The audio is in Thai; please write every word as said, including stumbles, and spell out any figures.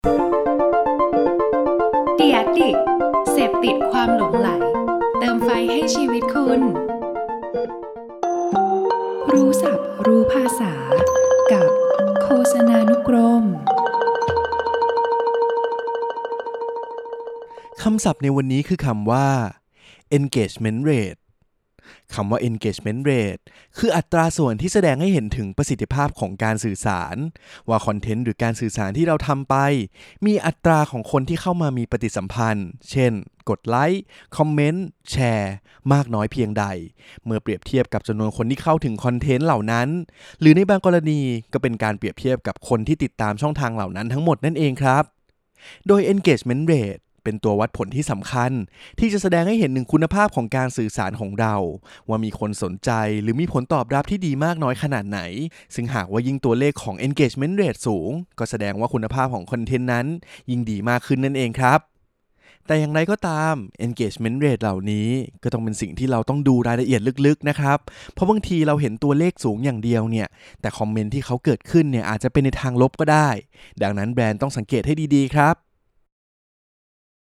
The Addict เสพติดความหลงใหลเติมไฟให้ชีวิตคุณรู้ศัพท์รู้ภาษากับโฆษณานุกรมคำศัพท์ในวันนี้คือคำว่า engagement rate คำว่า engagement rate คืออัตราส่วนที่แสดงให้เห็นถึงประสิทธิภาพของการสื่อสารว่าคอนเทนต์หรือการสื่อสารที่เราทำไปมีอัตราของคนที่เข้ามามีปฏิสัมพันธ์เช่นกดไลค์คอมเมนต์แชร์มากน้อยเพียงใดเมื่อเปรียบเทียบกับจำนวนคนที่เข้าถึงคอนเทนต์เหล่านั้นหรือในบางกรณีก็เป็นการเปรียบเทียบกับคนที่ติดตามช่องทางเหล่านั้นทั้งหมดนั่นเองครับโดย engagement rateเป็นตัววัดผลที่สำคัญที่จะแสดงให้เห็นถึงคุณภาพของการสื่อสารของเราว่ามีคนสนใจหรือมีผลตอบรับที่ดีมากน้อยขนาดไหนซึ่งหากว่ายิ่งตัวเลขของ engagement rate สูงก็แสดงว่าคุณภาพของคอนเทนต์นั้นยิ่งดีมากขึ้นนั่นเองครับแต่อย่างไรก็ตาม engagement rate เหล่านี้ก็ต้องเป็นสิ่งที่เราต้องดูรายละเอียดลึกๆนะครับเพราะบางทีเราเห็นตัวเลขสูงอย่างเดียวเนี่ยแต่คอมเมนต์ที่เขาเกิดขึ้นเนี่ยอาจจะเป็นในทางลบก็ได้ดังนั้นแบรนด์ต้องสังเกตให้ดีๆครับ